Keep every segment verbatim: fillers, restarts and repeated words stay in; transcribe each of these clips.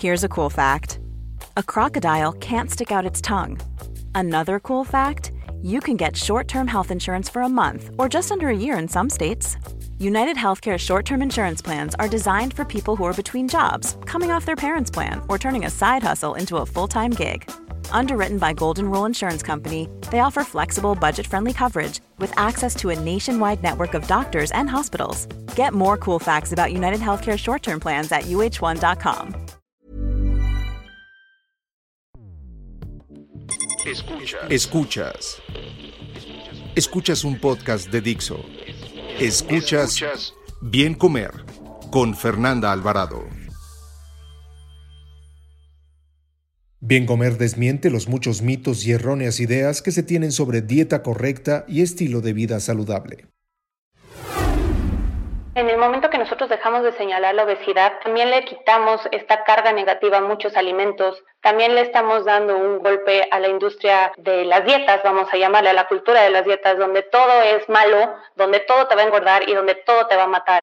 Here's a cool fact. A crocodile can't stick out its tongue. Another cool fact, you can get short-term health insurance for a month or just under a year in some states. United Healthcare short-term insurance plans are designed for people who are between jobs, coming off their parents' plan, or turning a side hustle into a full-time gig. Underwritten by Golden Rule Insurance Company, they offer flexible, budget-friendly coverage with access to a nationwide network of doctors and hospitals. Get more cool facts about United Healthcare short-term plans at U H one dot com. Escuchas. Escuchas. Escuchas un podcast de Dixo. Escuchas, Escuchas Bien Comer con Fernanda Alvarado. Bien Comer desmiente los muchos mitos y erróneas ideas que se tienen sobre dieta correcta y estilo de vida saludable. En el momento que nosotros dejamos de señalar la obesidad, también le quitamos esta carga negativa a muchos alimentos. También le estamos dando un golpe a la industria de las dietas, vamos a llamarle, a la cultura de las dietas, donde todo es malo, donde todo te va a engordar y donde todo te va a matar.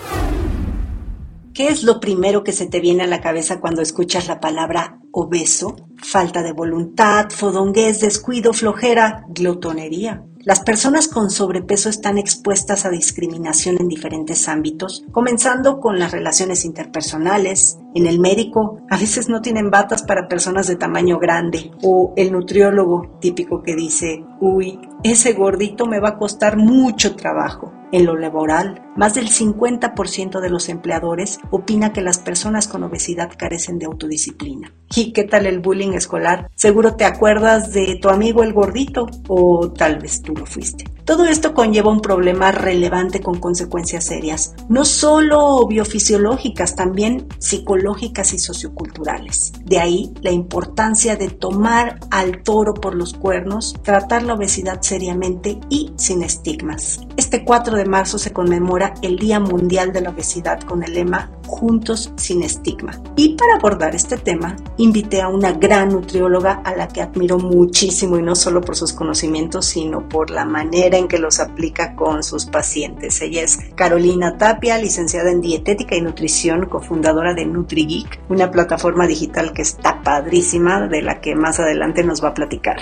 ¿Qué es lo primero que se te viene a la cabeza cuando escuchas la palabra obeso? Falta de voluntad, fodonguez, descuido, flojera, glotonería. Las personas con sobrepeso están expuestas a discriminación en diferentes ámbitos, comenzando con las relaciones interpersonales. En el médico, a veces no tienen batas para personas de tamaño grande. O el nutriólogo, típico que dice, uy, ese gordito me va a costar mucho trabajo. En lo laboral, más del cincuenta por ciento de los empleadores opina que las personas con obesidad carecen de autodisciplina. ¿Y qué tal el bullying escolar? Seguro te acuerdas de tu amigo el gordito, o tal vez tú lo fuiste. Todo esto conlleva un problema relevante con consecuencias serias, no solo biofisiológicas, también psicológicas y socioculturales. De ahí la importancia de tomar al toro por los cuernos, tratar la obesidad seriamente y sin estigmas. Este cuatro de marzo se conmemora el Día Mundial de la Obesidad con el lema Juntos sin estigma. Y para abordar este tema, invité a una gran nutrióloga a la que admiro muchísimo, y no solo por sus conocimientos, sino por la manera en que los aplica con sus pacientes. Ella es Carolina Tapia, licenciada en Dietética y Nutrición, cofundadora de NutriGeek, una plataforma digital que está padrísima, de la que más adelante nos va a platicar.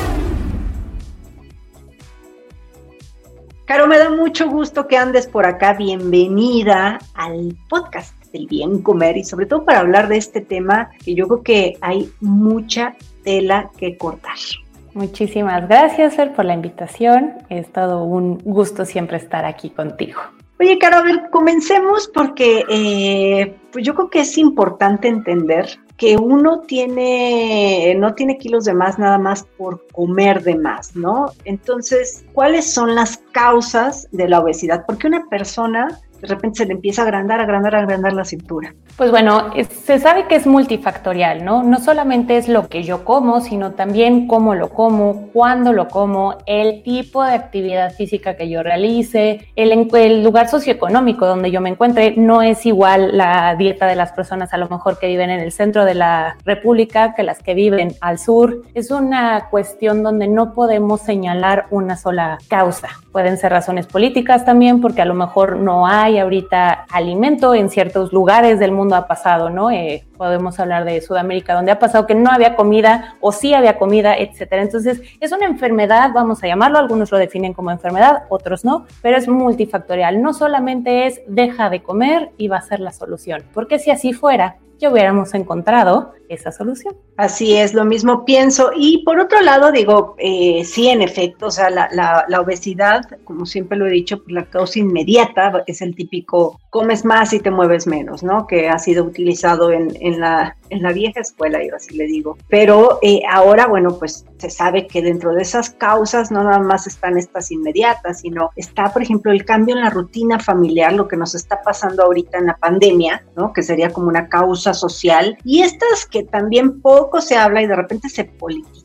Caro, me da mucho gusto que andes por acá. Bienvenida al podcast del Bien Comer, y sobre todo para hablar de este tema que yo creo que hay mucha tela que cortar. Muchísimas gracias, Fer, por la invitación. Es todo un gusto siempre estar aquí contigo. Oye, Caro, a ver, comencemos porque eh, pues yo creo que es importante entender que uno tiene, no tiene kilos de más nada más por comer de más, ¿no? Entonces, ¿cuáles son las causas de la obesidad? Porque una persona de repente se le empieza a agrandar, agrandar, agrandar la cintura. Pues bueno, es, se sabe que es multifactorial, ¿no? No solamente es lo que yo como, sino también cómo lo como, cuándo lo como, el tipo de actividad física que yo realice, el, el lugar socioeconómico donde yo me encuentre. No es igual la dieta de las personas a lo mejor que viven en el centro de la República que las que viven al sur. Es una cuestión donde no podemos señalar una sola causa. Pueden ser razones políticas también, porque a lo mejor no hay ahorita alimento en ciertos lugares del mundo. Ha pasado, ¿no? Eh, podemos hablar de Sudamérica, donde ha pasado que no había comida o sí había comida, etcétera. Entonces, es una enfermedad, vamos a llamarlo, algunos lo definen como enfermedad, otros no, pero es multifactorial. No solamente es deja de comer y va a ser la solución, porque si así fuera, ya hubiéramos encontrado esa solución. Así es, lo mismo pienso. Y por otro lado, digo, eh, sí, en efecto, o sea, la, la, la obesidad, como siempre lo he dicho, pues la causa inmediata es el típico comes más y te mueves menos, ¿no? Que ha sido utilizado en, en, la, en la vieja escuela, yo así le digo. Pero eh, ahora, bueno, pues se sabe que dentro de esas causas no nada más están estas inmediatas, sino está, por ejemplo, el cambio en la rutina familiar, lo que nos está pasando ahorita en la pandemia, ¿no? Que sería como una causa social, y estas que también poco se habla y de repente se politiza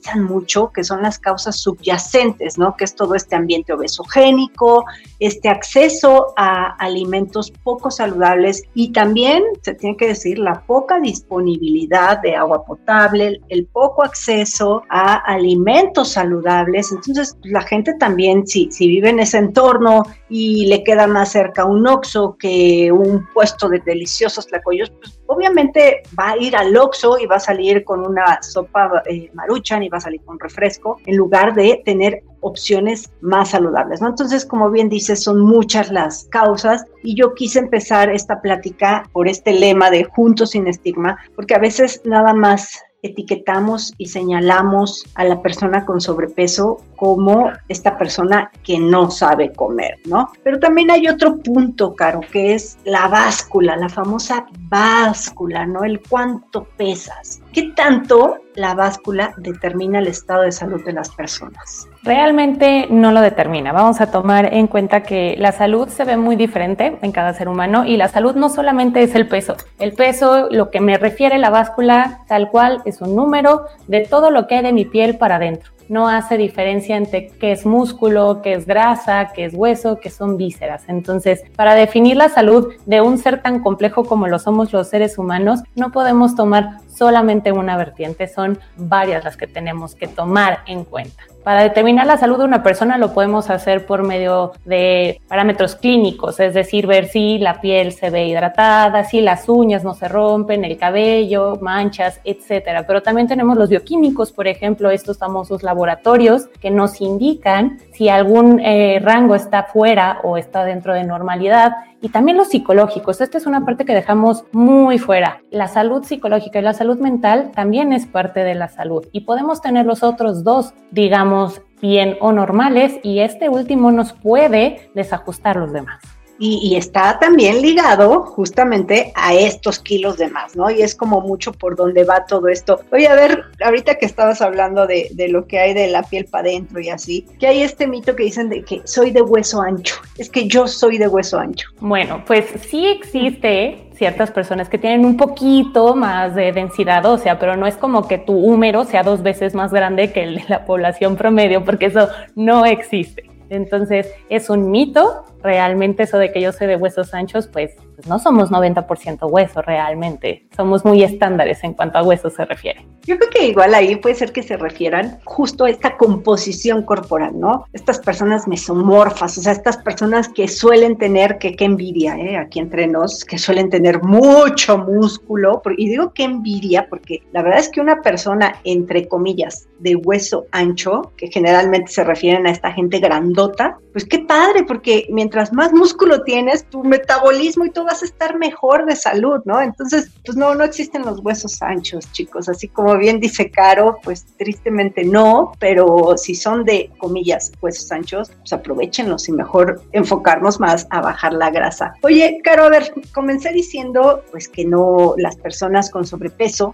enfatizan mucho, que son las causas subyacentes, ¿no? Que es todo este ambiente obesogénico, este acceso a alimentos poco saludables y también, se tiene que decir, la poca disponibilidad de agua potable, el poco acceso a alimentos saludables. Entonces, la gente también, si, si vive en ese entorno y le queda más cerca un Oxxo que un puesto de deliciosos tlacoyos, pues obviamente va a ir al Oxxo y va a salir con una sopa eh, Maruchan y va a salir con refresco en lugar de tener opciones más saludables, ¿no? Entonces, como bien dices, son muchas las causas y yo quise empezar esta plática por este lema de Juntos sin Estigma, porque a veces nada más etiquetamos y señalamos a la persona con sobrepeso como esta persona que no sabe comer, ¿no? Pero también hay otro punto, Caro, que es la báscula, la famosa báscula, ¿no? El cuánto pesas. ¿Qué tanto la báscula determina el estado de salud de las personas? Realmente no lo determina. Vamos a tomar en cuenta que la salud se ve muy diferente en cada ser humano y la salud no solamente es el peso. El peso, lo que me refiere la báscula, tal cual, es un número de todo lo que hay de mi piel para adentro. No hace diferencia entre qué es músculo, qué es grasa, qué es hueso, qué son vísceras. Entonces, para definir la salud de un ser tan complejo como lo somos los seres humanos, no podemos tomar solamente una vertiente, son varias las que tenemos que tomar en cuenta. Para determinar la salud de una persona lo podemos hacer por medio de parámetros clínicos, es decir, ver si la piel se ve hidratada, si las uñas no se rompen, el cabello, manchas, etcétera. Pero también tenemos los bioquímicos, por ejemplo, estos famosos laboratorios que nos indican si algún eh, rango está fuera o está dentro de normalidad. Y también los psicológicos, esta es una parte que dejamos muy fuera. La salud psicológica y la salud mental también es parte de la salud y podemos tener los otros dos, digamos, bien o normales y este último nos puede desajustar los demás. Y, y está también ligado justamente a estos kilos de más, ¿no? Y es como mucho por donde va todo esto. Oye, a ver, ahorita que estabas hablando de, de lo que hay de la piel para adentro y así, que hay este mito que dicen de que soy de hueso ancho. Es que yo soy de hueso ancho. Bueno, pues sí existe ciertas personas que tienen un poquito más de densidad ósea, pero no es como que tu húmero sea dos veces más grande que el de la población promedio, porque eso no existe. Entonces, es un mito, realmente eso de que yo soy de huesos anchos, pues, pues no somos noventa por ciento hueso realmente, somos muy estándares en cuanto a huesos se refiere. Yo creo que igual ahí puede ser que se refieran justo a esta composición corporal, ¿no? Estas personas mesomorfas, o sea, estas personas que suelen tener, que qué envidia, ¿eh? Aquí entre nos, que suelen tener mucho músculo, y digo qué envidia porque la verdad es que una persona, entre comillas, de hueso ancho, que generalmente se refieren a esta gente grandota, pues qué padre, porque mientras más músculo tienes, tu metabolismo y tú vas a estar mejor de salud, ¿no? Entonces, pues no, no existen los huesos anchos, chicos, así como bien dice Caro, pues tristemente no, pero si son de, comillas, huesos anchos, pues aprovechenlos y mejor enfocarnos más a bajar la grasa. Oye, Caro, a ver, comencé diciendo, pues que no, las personas con sobrepeso,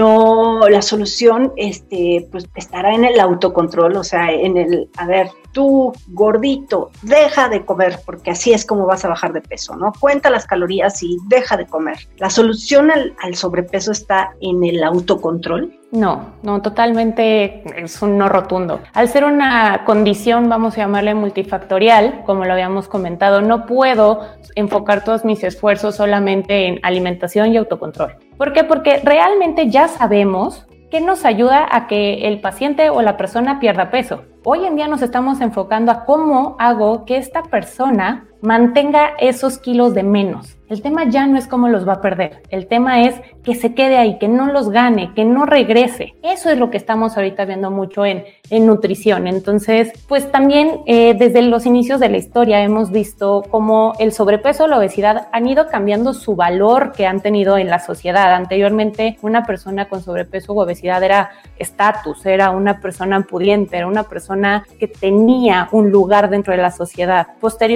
no, la solución, este, pues estará en el autocontrol, o sea, en el, a ver, tú, gordito, deja de comer, porque así es como vas a bajar de peso, ¿no? Cuenta las calorías y deja de comer. ¿La solución al, al sobrepeso está en el autocontrol? No, no, totalmente es un no rotundo. Al ser una condición, vamos a llamarle multifactorial, como lo habíamos comentado, no puedo enfocar todos mis esfuerzos solamente en alimentación y autocontrol. ¿Por qué? Porque realmente ya sabemos que nos ayuda a que el paciente o la persona pierda peso. Hoy en día nos estamos enfocando a cómo hago que esta persona mantenga esos kilos de menos. El tema ya no es cómo los va a perder. El tema es que se quede ahí, que no los gane, que no regrese. Eso es lo que estamos ahorita viendo mucho en, en nutrición. Entonces, pues también eh, desde los inicios de la historia hemos visto cómo el sobrepeso o la obesidad han ido cambiando su valor que han tenido en la sociedad. Anteriormente, una persona con sobrepeso u obesidad era estatus, era una persona pudiente, era una persona que tenía un lugar dentro de la sociedad. Posteriormente,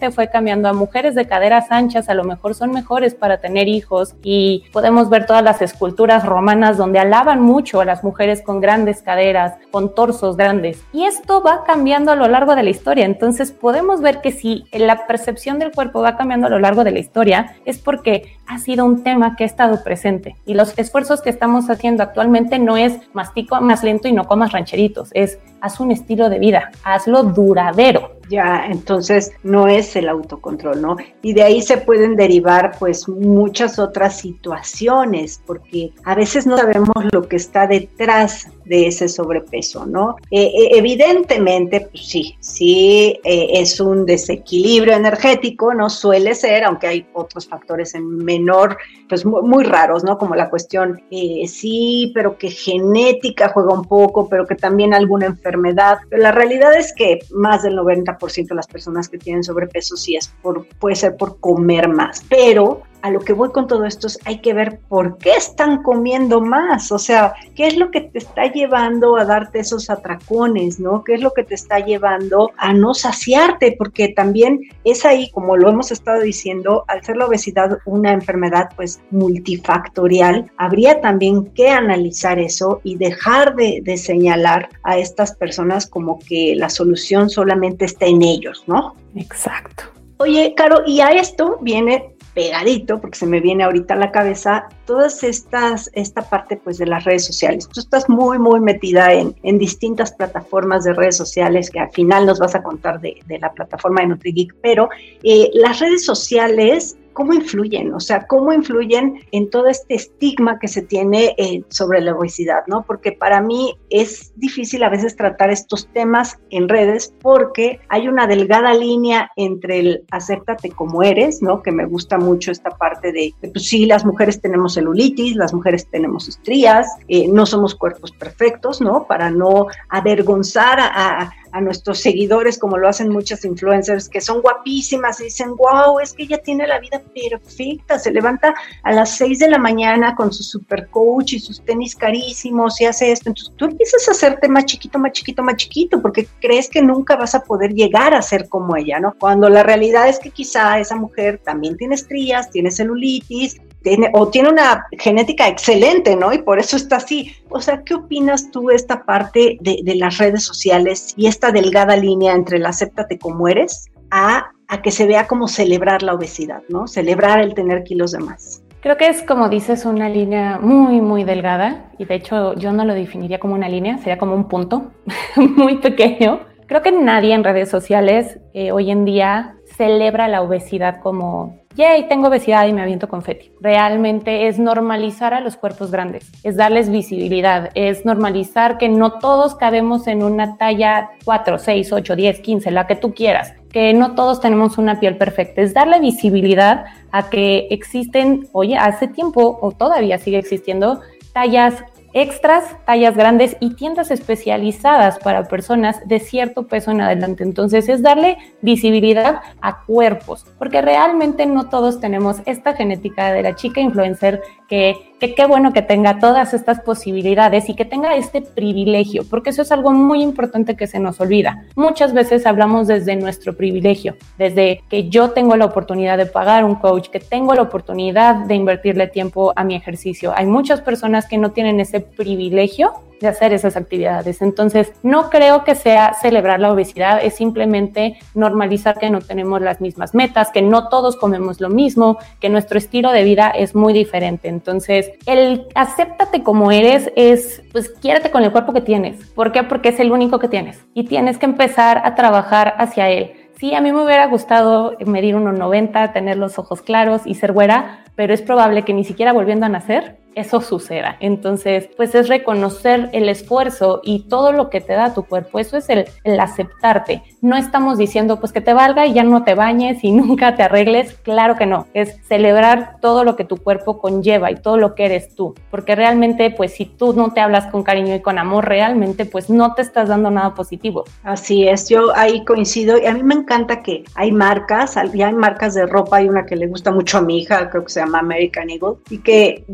realmente fue cambiando a mujeres de caderas anchas, a lo mejor son mejores para tener hijos, y podemos ver todas las esculturas romanas donde alaban mucho a las mujeres con grandes caderas, con torsos grandes, y esto va cambiando a lo largo de la historia. Entonces podemos ver que si la percepción del cuerpo va cambiando a lo largo de la historia es porque ha sido un tema que ha estado presente, y los esfuerzos que estamos haciendo actualmente no es mastica más lento y no comas rancheritos, es haz un estilo de vida, hazlo duradero. Ya, entonces no es el autocontrol, ¿no? Y de ahí se pueden derivar pues muchas otras situaciones, porque a veces no sabemos lo que está detrás de ese sobrepeso, ¿no? Eh, evidentemente, pues sí, sí eh, es un desequilibrio energético, ¿no? Suele ser, aunque hay otros factores en menor, pues muy, muy raros, ¿no? Como la cuestión, eh, sí, pero que genética juega un poco, pero que también alguna enfermedad. Pero la realidad es que más del noventa por ciento de las personas que tienen sobrepeso sí es por, puede ser por comer más, pero a lo que voy con todo esto es hay que ver por qué están comiendo más, o sea, qué es lo que te está llevando a darte esos atracones, ¿no? ¿Qué es lo que te está llevando a no saciarte? Porque también es ahí, como lo hemos estado diciendo, al ser la obesidad una enfermedad pues multifactorial, habría también que analizar eso y dejar de, de señalar a estas personas como que la solución solamente está en ellos, ¿no? Exacto. Oye, Caro, y a esto viene pegadito, porque se me viene ahorita a la cabeza, todas estas, esta parte pues de las redes sociales. Tú estás muy, muy metida en, en distintas plataformas de redes sociales, que al final nos vas a contar de, de la plataforma de NutriGeek, pero eh, las redes sociales, ¿cómo influyen? O sea, ¿cómo influyen en todo este estigma que se tiene eh, sobre la obesidad, ¿no? Porque para mí es difícil a veces tratar estos temas en redes porque hay una delgada línea entre el acéptate como eres, ¿no? Que me gusta mucho esta parte de, de pues sí, las mujeres tenemos celulitis, las mujeres tenemos estrías, eh, no somos cuerpos perfectos, ¿no? Para no avergonzar a, a a nuestros seguidores, como lo hacen muchas influencers, que son guapísimas y dicen, wow, es que ella tiene la vida perfecta, se levanta a las seis de la mañana con su super coach y sus tenis carísimos y hace esto. Entonces tú empiezas a hacerte más chiquito, más chiquito, más chiquito, porque crees que nunca vas a poder llegar a ser como ella, ¿no? Cuando la realidad es que quizá esa mujer también tiene estrías, tiene celulitis, Tiene, o tiene una genética excelente, ¿no? Y por eso está así. O sea, ¿qué opinas tú de esta parte de, de las redes sociales y esta delgada línea entre el acéptate como eres a, a que se vea como celebrar la obesidad, ¿no? Celebrar el tener kilos de más. Creo que es, como dices, una línea muy, muy delgada, y de hecho yo no lo definiría como una línea, sería como un punto muy pequeño. Creo que nadie en redes sociales eh, hoy en día celebra la obesidad como yay, tengo obesidad y me aviento confeti. Realmente es normalizar a los cuerpos grandes, es darles visibilidad, es normalizar que no todos cabemos en una talla cuatro, seis, ocho, diez, quince, la que tú quieras, que no todos tenemos una piel perfecta, es darle visibilidad a que existen, oye, hace tiempo o todavía sigue existiendo tallas extras, tallas grandes y tiendas especializadas para personas de cierto peso en adelante. Entonces es darle visibilidad a cuerpos, porque realmente no todos tenemos esta genética de la chica influencer que que qué bueno que tenga todas estas posibilidades y que tenga este privilegio, porque eso es algo muy importante que se nos olvida. Muchas veces hablamos desde nuestro privilegio, desde que yo tengo la oportunidad de pagar un coach, que tengo la oportunidad de invertirle tiempo a mi ejercicio. Hay muchas personas que no tienen ese privilegio de hacer esas actividades. Entonces, no creo que sea celebrar la obesidad, es simplemente normalizar que no tenemos las mismas metas, que no todos comemos lo mismo, que nuestro estilo de vida es muy diferente. Entonces, el acéptate como eres es, pues, quiérete con el cuerpo que tienes. ¿Por qué? Porque es el único que tienes y tienes que empezar a trabajar hacia él. Sí, a mí me hubiera gustado medir uno noventa, tener los ojos claros y ser güera, pero es probable que ni siquiera volviendo a nacer eso suceda. Entonces, pues es reconocer el esfuerzo y todo lo que te da tu cuerpo. Eso es el, el aceptarte. No estamos diciendo pues que te valga y ya no te bañes y nunca te arregles. Claro que no. Es celebrar todo lo que tu cuerpo conlleva y todo lo que eres tú. Porque realmente, pues si tú no te hablas con cariño y con amor, realmente pues no te estás dando nada positivo. Así es. Yo ahí coincido. Y a mí me encanta que hay marcas, ya hay marcas de ropa. Hay una que le gusta mucho a mi hija, creo que se llama American Eagle, y que ya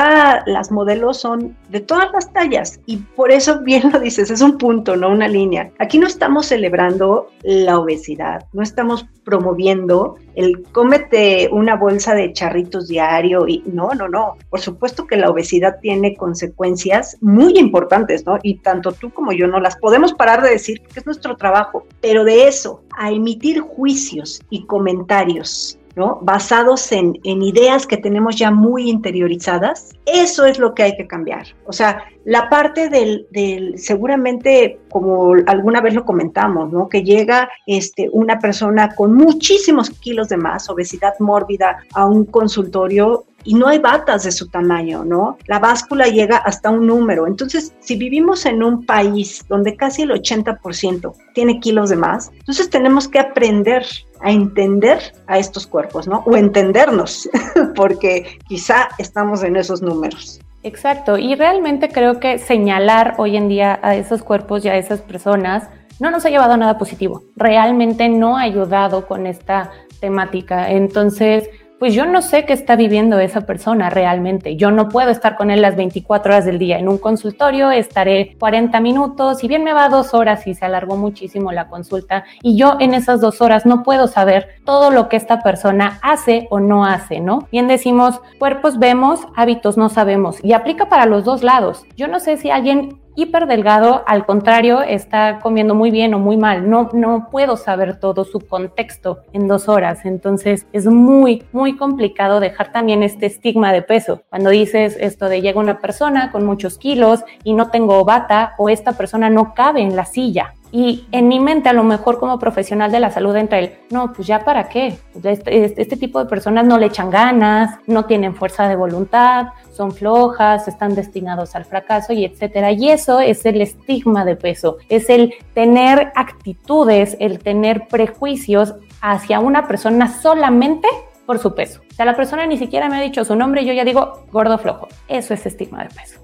todas las modelos son de todas las tallas y por eso bien lo dices, es un punto, no una línea. Aquí no estamos celebrando la obesidad, no estamos promoviendo el cómete una bolsa de charritos diario y no, no, no. Por supuesto que la obesidad tiene consecuencias muy importantes, ¿no? Y tanto tú como yo no las podemos parar de decir porque es nuestro trabajo, pero de eso a emitir juicios y comentarios, ¿no? Basados en, en ideas que tenemos ya muy interiorizadas, eso es lo que hay que cambiar. O sea, la parte del, del seguramente, como alguna vez lo comentamos, ¿no? Que llega este, una persona con muchísimos kilos de más, obesidad mórbida, a un consultorio y no hay batas de su tamaño, ¿no? La báscula llega hasta un número. Entonces, si vivimos en un país donde casi el ochenta por ciento tiene kilos de más, entonces tenemos que aprender a entender a estos cuerpos, ¿no? O entendernos, porque quizá estamos en esos números. Exacto, y realmente creo que señalar hoy en día a esos cuerpos y a esas personas no nos ha llevado a nada positivo. Realmente no ha ayudado con esta temática. Entonces, pues yo no sé qué está viviendo esa persona realmente. Yo no puedo estar con él las veinticuatro horas del día. En un consultorio estaré cuarenta minutos, y bien me va dos horas y se alargó muchísimo la consulta. Y yo en esas dos horas no puedo saber todo lo que esta persona hace o no hace, ¿no? Bien decimos, cuerpos vemos, hábitos no sabemos. Y aplica para los dos lados. Yo no sé si alguien hiper delgado, al contrario, está comiendo muy bien o muy mal. No, no puedo saber todo su contexto en dos horas. Entonces es muy, muy complicado dejar también este estigma de peso. Cuando dices esto de llega una persona con muchos kilos y no tengo bata, o esta persona no cabe en la silla. Y en mi mente, a lo mejor como profesional de la salud, entra el, no, pues ya para qué. Este, este, este tipo de personas no le echan ganas, no tienen fuerza de voluntad, son flojas, están destinados al fracaso y etcétera. Y eso es el estigma de peso, es el tener actitudes, el tener prejuicios hacia una persona solamente por su peso. O sea, la persona ni siquiera me ha dicho su nombre y yo ya digo gordo flojo. Eso es estigma de peso.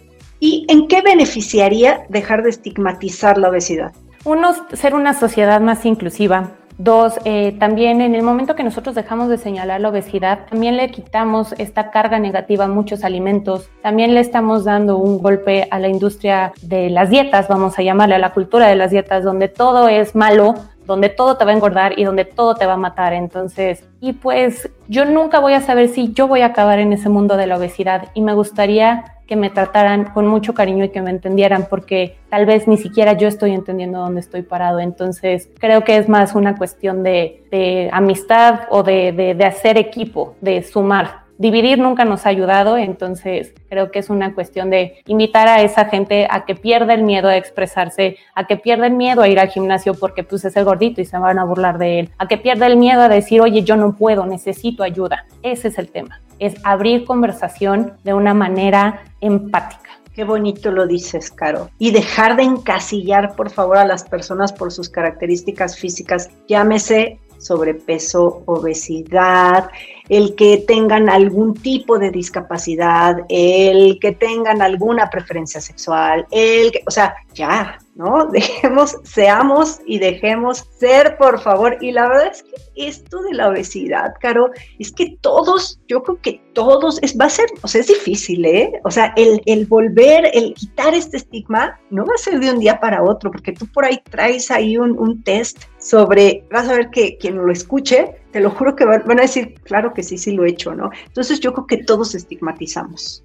¿Y en qué beneficiaría dejar de estigmatizar la obesidad? Uno, ser una sociedad más inclusiva. Dos, eh, también en el momento que nosotros dejamos de señalar la obesidad, también le quitamos esta carga negativa a muchos alimentos. También le estamos dando un golpe a la industria de las dietas, vamos a llamarle, a la cultura de las dietas, donde todo es malo, donde todo te va a engordar y donde todo te va a matar. Entonces, y pues yo nunca voy a saber si yo voy a acabar en ese mundo de la obesidad, y me gustaría que me trataran con mucho cariño y que me entendieran, porque tal vez ni siquiera yo estoy entendiendo dónde estoy parado. Entonces creo que es más una cuestión de, de amistad o de, de, de hacer equipo, de sumar. Dividir nunca nos ha ayudado, entonces creo que es una cuestión de invitar a esa gente a que pierda el miedo a expresarse, a que pierda el miedo a ir al gimnasio porque pues es el gordito y se van a burlar de él, a que pierda el miedo a decir, oye, yo no puedo, necesito ayuda. Ese es el tema, es abrir conversación de una manera empática. Qué bonito lo dices, Caro. Y dejar de encasillar, por favor, a las personas por sus características físicas, llámese sobrepeso, obesidad, el que tengan algún tipo de discapacidad, el que tengan alguna preferencia sexual, el que, o sea, ya, ¿no? Dejemos, seamos y dejemos ser, por favor. Y la verdad es que esto de la obesidad, Caro, es que todos, yo creo que todos, es, va a ser, o sea, es difícil, ¿eh? O sea, el, el volver, el quitar este estigma, no va a ser de un día para otro, porque tú por ahí traes ahí un, un test sobre, vas a ver que quien lo escuche, te lo juro que van, van a decir, claro que sí, sí lo he hecho, ¿no? Entonces yo creo que todos estigmatizamos.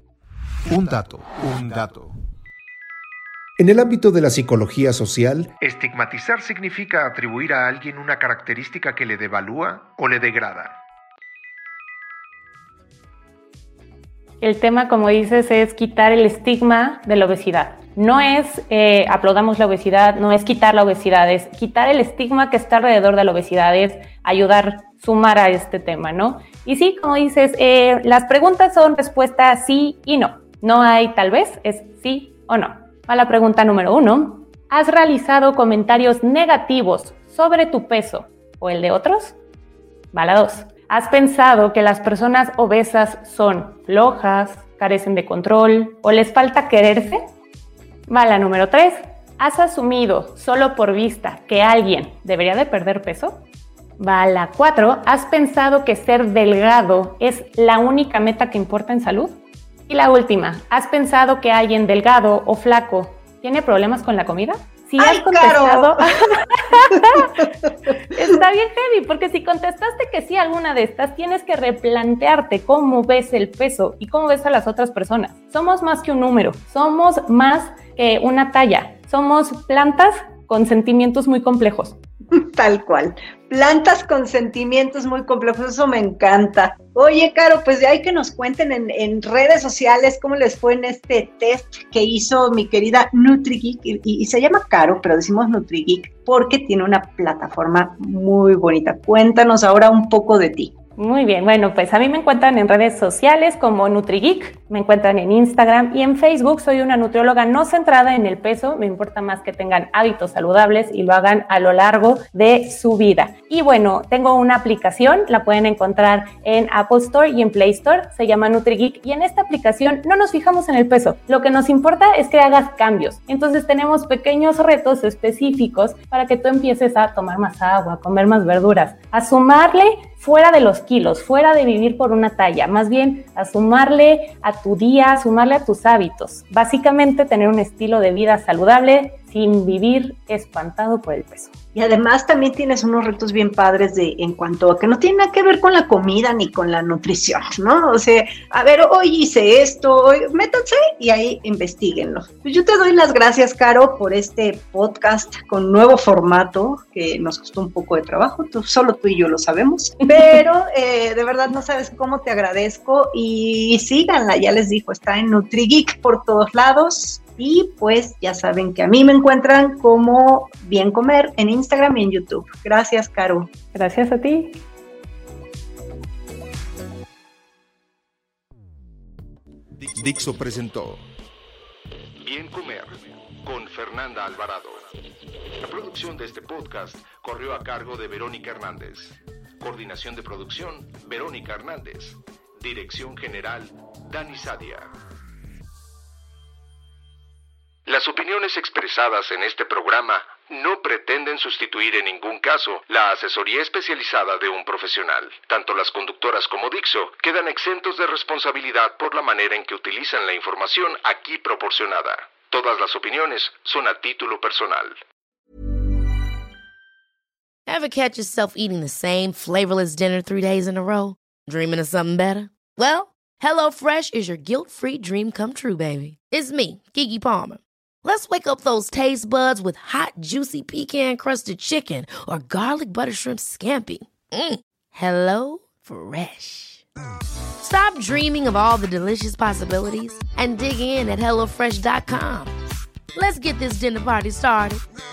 Un dato, un dato. En el ámbito de la psicología social, estigmatizar significa atribuir a alguien una característica que le devalúa o le degrada. El tema, como dices, es quitar el estigma de la obesidad. No es eh, aplaudamos la obesidad, no es quitar la obesidad, es quitar el estigma que está alrededor de la obesidad, es ayudar, sumar a este tema, ¿no? Y sí, como dices, eh, las preguntas son respuestas sí y no. No hay tal vez, es sí o no. Va la pregunta número uno. ¿Has realizado comentarios negativos sobre tu peso o el de otros? Va la dos. ¿Has pensado que las personas obesas son flojas, carecen de control o les falta quererse? Va la número tres. ¿Has asumido solo por vista que alguien debería de perder peso? Va a la cuatro. ¿Has pensado que ser delgado es la única meta que importa en salud? Y la última, ¿has pensado que alguien delgado o flaco tiene problemas con la comida? Si ¡Ay, has contestado, está bien heavy, porque si contestaste que sí a alguna de estas, tienes que replantearte cómo ves el peso y cómo ves a las otras personas. Somos más que un número, somos más que una talla, somos plantas con sentimientos muy complejos. Tal cual. Plantas con sentimientos muy complejos, eso me encanta. Oye, Caro, pues de ahí que nos cuenten en, en redes sociales cómo les fue en este test que hizo mi querida NutriGeek, y, y, y se llama Caro, pero decimos NutriGeek porque tiene una plataforma muy bonita. Cuéntanos ahora un poco de ti. Muy bien, bueno, pues a mí me encuentran en redes sociales como NutriGeek, me encuentran en Instagram y en Facebook. Soy una nutrióloga no centrada en el peso, me importa más que tengan hábitos saludables y lo hagan a lo largo de su vida. Y bueno, tengo una aplicación, la pueden encontrar en Apple Store y en Play Store, se llama NutriGeek, y en esta aplicación no nos fijamos en el peso, lo que nos importa es que hagas cambios. Entonces tenemos pequeños retos específicos para que tú empieces a tomar más agua, a comer más verduras, a sumarle fuera de los kilos, fuera de vivir por una talla, más bien a sumarle a tu día, a sumarle a tus hábitos. Básicamente tener un estilo de vida saludable sin vivir espantado por el peso. Y además también tienes unos retos bien padres de en cuanto a que no tiene nada que ver con la comida ni con la nutrición, ¿no? O sea, a ver, hoy hice esto, hoy, métanse y ahí investiguenlo. Pues yo te doy las gracias, Caro, por este podcast con nuevo formato que nos costó un poco de trabajo, tú, solo tú y yo lo sabemos, pero eh, de verdad no sabes cómo te agradezco y síganla, ya les digo, está en NutriGeek por todos lados. Y pues ya saben que a mí me encuentran como Bien Comer en Instagram y en YouTube. Gracias, Caro. Gracias a ti. Dixo presentó Bien Comer con Fernanda Alvarado. La producción de este podcast corrió a cargo de Verónica Hernández. Coordinación de producción, Verónica Hernández. Dirección general, Dani Sadia. Las opiniones expresadas en este programa no pretenden sustituir en ningún caso la asesoría especializada de un profesional. Tanto las conductoras como Dixo quedan exentos de responsabilidad por la manera en que utilizan la información aquí proporcionada. Todas las opiniones son a título personal. Ever catch yourself eating the same flavorless dinner three days in a row? Dreaming of something better? Well, HelloFresh is your guilt-free dream come true, baby. It's me, Keke Palmer. Let's wake up those taste buds with hot, juicy pecan-crusted chicken or garlic butter shrimp scampi. Mm. Hello Fresh. Stop dreaming of all the delicious possibilities and dig in at hello fresh dot com. Let's get this dinner party started.